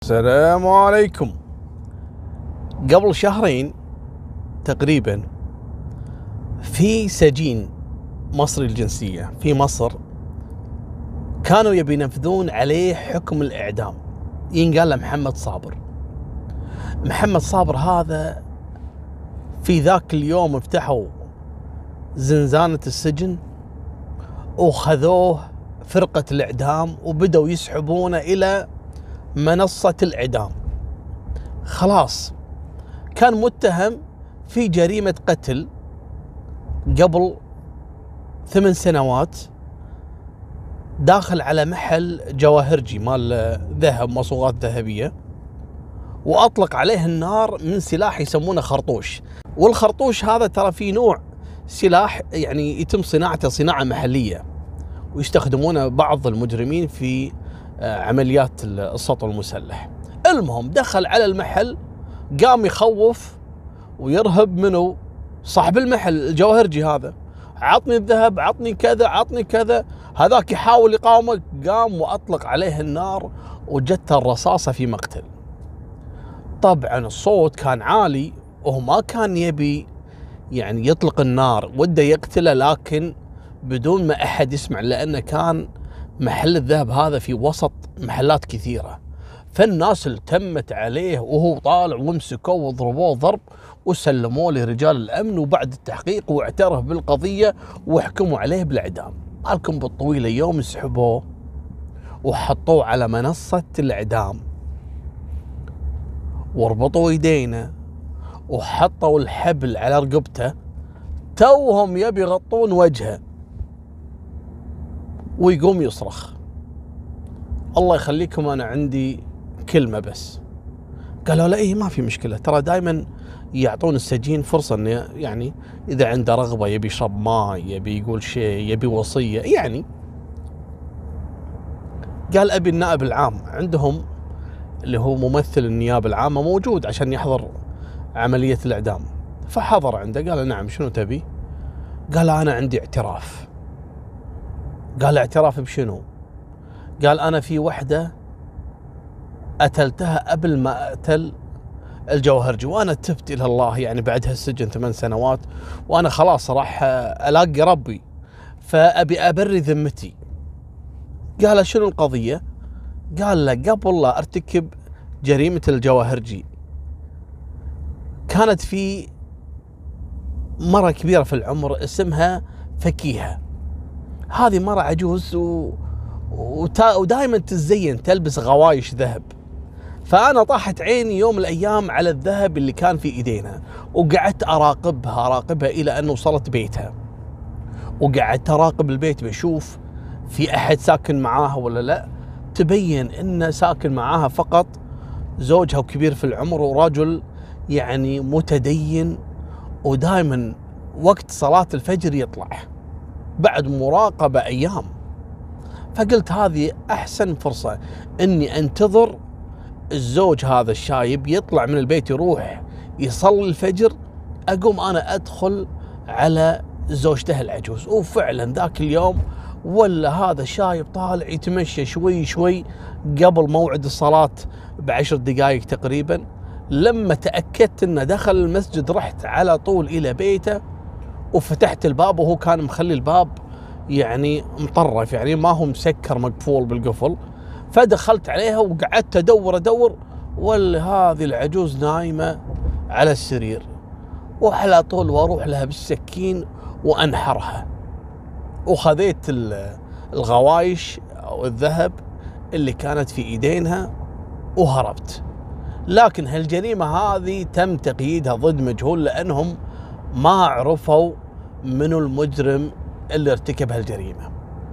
السلام عليكم. قبل شهرين تقريبا في سجين مصري الجنسية في مصر كانوا يبي ينفذون عليه حكم الإعدام، ينقال له محمد صابر. محمد صابر هذا في ذاك اليوم افتحوا زنزانة السجن وخذوه فرقة الإعدام وبدأوا يسحبونه إلى منصة الإعدام. خلاص كان متهم في جريمة قتل قبل 8 سنوات داخل على محل جواهرجي مال ذهب، مصوغات ذهبية، وأطلق عليه النار من سلاح يسمونه خرطوش. والخرطوش هذا ترى فيه نوع سلاح يعني يتم صناعته صناعة محلية ويستخدمونه بعض المجرمين في عمليات السطو المسلح. المهم دخل على المحل، قام يخوف ويرهب منه صاحب المحل الجواهرجي هذا، عطني الذهب، عطني كذا، عطني كذا. هذاك يحاول يقاومه، قام وأطلق عليه النار وجت الرصاصة في مقتل. طبعا الصوت كان عالي وهو ما كان يبي يعني يطلق النار، وده يقتله لكن بدون ما أحد يسمع، لأنه كان محل الذهب هذا في وسط محلات كثيرة، فالناس التمت عليه وهو طالع ومسكوه وضربوه ضرب وسلموه لرجال الأمن، وبعد التحقيق واعترف بالقضية وحكموا عليه بالإعدام. قالكم بالطويلة يوم سحبوه وحطوه على منصة الإعدام وربطوا يدينه وحطوا الحبل على رقبته، توهم يبي يغطون وجهه ويقوم يصرخ. الله يخليكم أنا عندي كلمة بس. قالوا لا إيه ما في مشكلة، ترى دائما يعطون السجين فرصة إنه يعني إذا عنده رغبة يبي يشرب ماء، يبي يقول شيء، يبي وصية يعني. قال أبي النائب العام عندهم اللي هو ممثل النيابة العامة موجود عشان يحضر عملية الإعدام، فحضر عنده. قال نعم شنو تبي؟ قال أنا عندي اعتراف. قال اعتراف بشنو؟ قال أنا في وحدة قتلتها قبل ما أقتل الجواهرجي، وأنا تبت إلى الله يعني بعد هالسجن 8 سنوات، وأنا خلاص راح ألاقي ربي، فأبي أبري ذمتي. قال شنو القضية؟ قال له قبل لا أرتكب جريمة الجواهرجي كانت في مرة كبيرة في العمر اسمها فكيهة. هذه مرة عجوز ودائما تتزين تلبس غوايش ذهب، فأنا طاحت عيني يوم من الأيام على الذهب اللي كان في إيدينا، وقعدت أراقبها إلى أن وصلت بيتها، وقعدت أراقب البيت بشوف في أحد ساكن معاها ولا لا. تبين إنه ساكن معاها فقط زوجها وكبير في العمر ورجل يعني متدين، ودائما وقت صلاة الفجر يطلع بعد مراقبة أيام. فقلت هذه أحسن فرصة إني أنتظر الزوج هذا الشايب يطلع من البيت يروح يصلي الفجر، أقوم أنا أدخل على زوجته العجوز. وفعلا ذاك اليوم ولا هذا الشايب طالع يتمشى شوي شوي قبل موعد الصلاة ب10 دقائق تقريبا. لما تأكدت إنه دخل المسجد رحت على طول إلى بيته وفتحت الباب، وهو كان مخلي الباب يعني مطرف، يعني ما هو مسكر مقفول بالقفل. فدخلت عليها وقعدت أدور وهذه العجوز نايمة على السرير، وعلى طول واروح لها بالسكين وأنحرها، وخذيت الغوايش أو الذهب اللي كانت في إيدينها وهربت. لكن هالجريمة هذه تم تقييدها ضد مجهول، لأنهم ما عرفوا منو المجرم اللي ارتكب هالجريمة.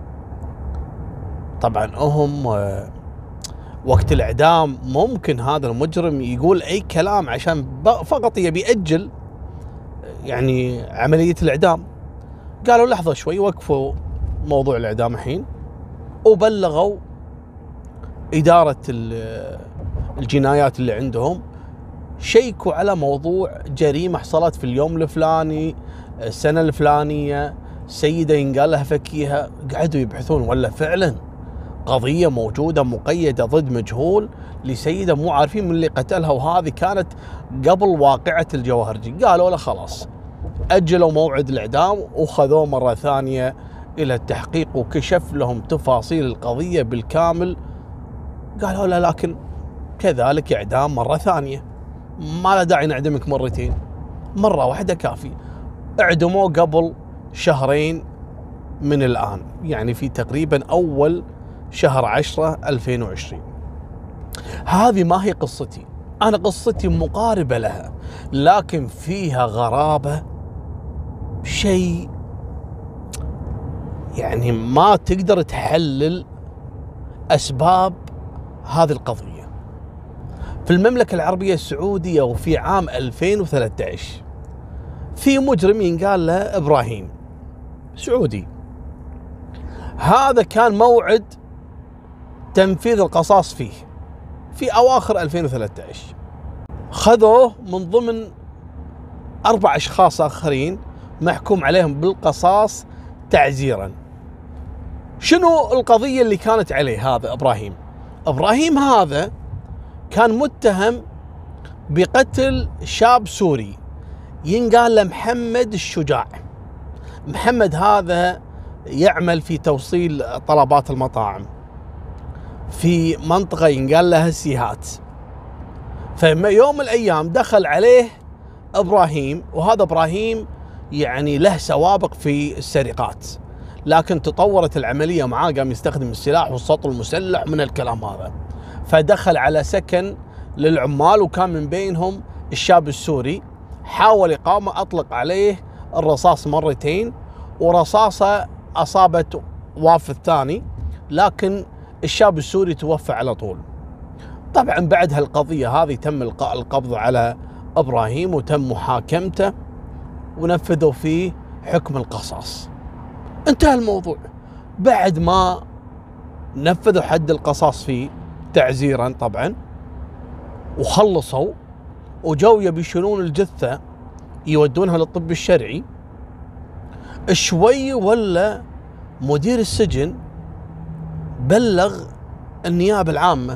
طبعا هم وقت الإعدام ممكن هذا المجرم يقول أي كلام عشان فقط يبي يأجل يعني عملية الإعدام. قالوا لحظة شوي، وقفوا موضوع الإعدام الحين، وبلغوا إدارة الجنايات اللي عندهم، شيكوا على موضوع جريمة حصلت في اليوم الفلاني السنة الفلانية، سيدة ينقال لها فكيها. قعدوا يبحثون ولا فعلا قضية موجودة مقيدة ضد مجهول، لسيدة مو عارفين من اللي قتلها، وهذه كانت قبل واقعة الجواهرجي. قالوا له خلاص، أجلوا موعد الإعدام وخذوه مرة ثانية إلى التحقيق، وكشف لهم تفاصيل القضية بالكامل. قالوا له لكن كذلك إعدام مرة ثانية، ما له داعي نعدمك مرتين، مرة واحدة كافي. اعدموه قبل شهرين من الآن، يعني في تقريبا أول شهر 10/2020. هذه ما هي قصتي، أنا قصتي مقاربة لها، لكن فيها غرابة، شيء يعني ما تقدر تحلل أسباب هذه القضية. في المملكة العربية السعودية وفي عام 2013 في مجرم ينقال له إبراهيم، سعودي. هذا كان موعد تنفيذ القصاص فيه في أواخر 2013. خذوه من ضمن 4 أشخاص آخرين محكوم عليهم بالقصاص تعزيرا. شنو القضية اللي كانت عليه هذا إبراهيم؟ إبراهيم هذا كان متهم بقتل شاب سوري ينقال له محمد الشجاع. محمد هذا يعمل في توصيل طلبات المطاعم في منطقة ينقال لها السيهات. فيوم من الأيام دخل عليه إبراهيم، وهذا إبراهيم يعني له سوابق في السرقات، لكن تطورت العملية معاه، قام يستخدم السلاح والسطو المسلح من الكلام هذا. فدخل على سكن للعمال، وكان من بينهم الشاب السوري. حاول إقامة، أطلق عليه الرصاص مرتين، ورصاصة أصابت واف الثاني، لكن الشاب السوري توفى على طول. طبعا بعد هالقضية هذه تم إلقاء القبض على إبراهيم، وتم محاكمته، ونفذوا فيه حكم القصاص. انتهى الموضوع. بعد ما نفذوا حد القصاص فيه تعزيرا طبعا، وخلصوا، وجو يبي يشيلون الجثة يودونها للطب الشرعي، شوي ولا مدير السجن بلغ النيابة العامة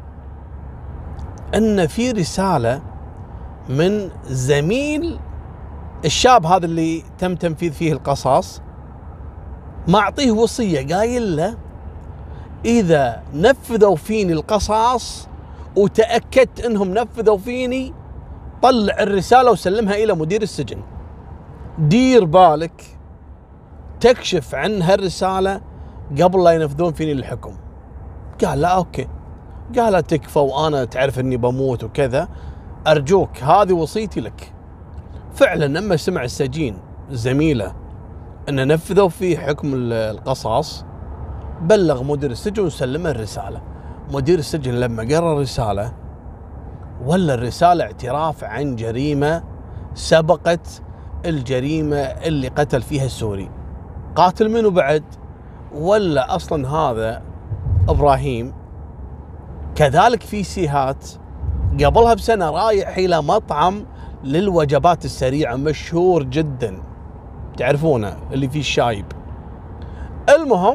ان في رسالة من زميل الشاب هذا اللي تم تنفيذ فيه القصاص، معطيه وصية، قايل له إذا نفذوا فيني القصاص وتأكدت أنهم نفذوا فيني، طلع الرسالة وسلمها إلى مدير السجن. دير بالك تكشف عن هالرسالة قبل لا ينفذون فيني الحكم. قال لا أوكي. قال تكفى، وأنا تعرف أني بموت وكذا، أرجوك هذه وصيتي لك. فعلا لما سمع السجين زميله أن نفذوا فيه حكم القصاص، بلغ مدير السجن وسلمه الرسالة. مدير السجن لما قرأ الرسالة، ولا الرسالة اعتراف عن جريمة سبقت الجريمة اللي قتل فيها السوري. قاتل منه بعد؟ ولا أصلا هذا إبراهيم كذلك في سيهات قبلها بسنة رايح إلى مطعم للوجبات السريعة مشهور جدا، تعرفونه اللي فيه الشايب. المهم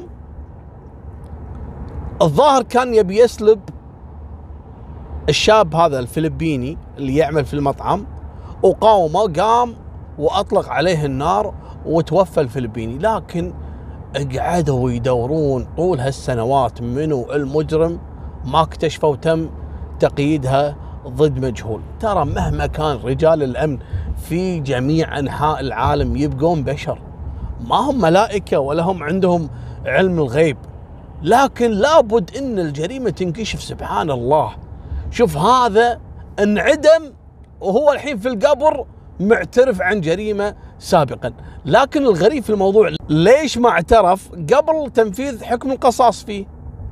الظاهر كان يبي يسلب الشاب هذا الفلبيني اللي يعمل في المطعم، وقاومه، قام وأطلق عليه النار وتوفى الفلبيني. لكن قعدوا يدورون طول هالسنوات منو المجرم، ما اكتشفوا، وتم تقييدها ضد مجهول. ترى مهما كان رجال الأمن في جميع أنحاء العالم يبقون بشر، ما هم ملائكة ولا هم عندهم علم الغيب، لكن لابد إن الجريمة تنكشف. سبحان الله، شوف هذا انعدم وهو الحين في القبر معترف عن جريمة سابقا. لكن الغريب في الموضوع ليش ما اعترف قبل تنفيذ حكم القصاص فيه؟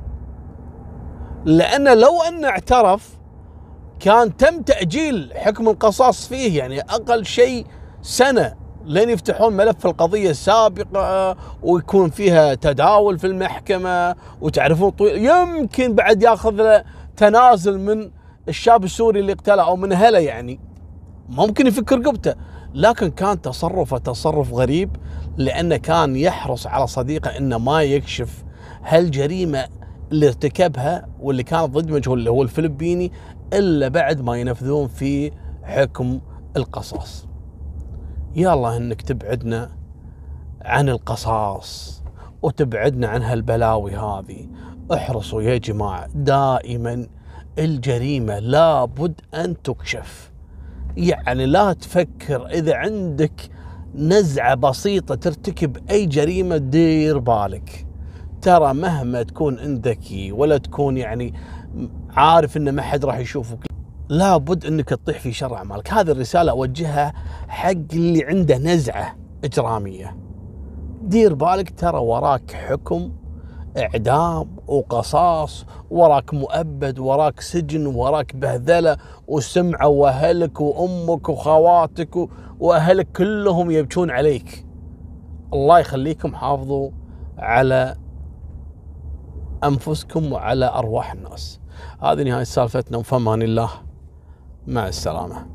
لأن لو أنه اعترف كان تم تأجيل حكم القصاص فيه، يعني أقل شيء سنة لين يفتحون ملف القضية السابقة ويكون فيها تداول في المحكمة، وتعرفون يمكن بعد ياخذ له تنازل من الشاب السوري اللي اقتله أو من أهله، يعني ممكن يفك رقبته. لكن كان تصرفه تصرف غريب، لأنه كان يحرص على صديقه إنه ما يكشف هالجريمة اللي ارتكبها واللي كانت ضد مجهول اللي هو الفلبيني إلا بعد ما ينفذون في حكم القصاص. يا الله إنك تبعدنا عن القصاص وتبعدنا عن هالبلاوي هذه. احرصوا يا جماعة، دائما الجريمة لابد أن تكشف. يعني لا تفكر إذا عندك نزعة بسيطة ترتكب أي جريمة، دير بالك. ترى مهما تكون أنت ذكي ولا تكون يعني عارف إن ما حد راح يشوفك، لابد إنك تطيح في شر أعمالك. هذه الرسالة أوجهها حق اللي عنده نزعة إجرامية. دير بالك، ترى وراك حكم إعدام وقصاص، وراك مؤبد، وراك سجن، وراك بهذلة وسمعة، وأهلك وأمك وخواتك وأهلك كلهم يبكون عليك. الله يخليكم، حافظوا على أنفسكم وعلى أرواح الناس. هذه نهاية سالفتنا، وفمان الله، مع السلامة.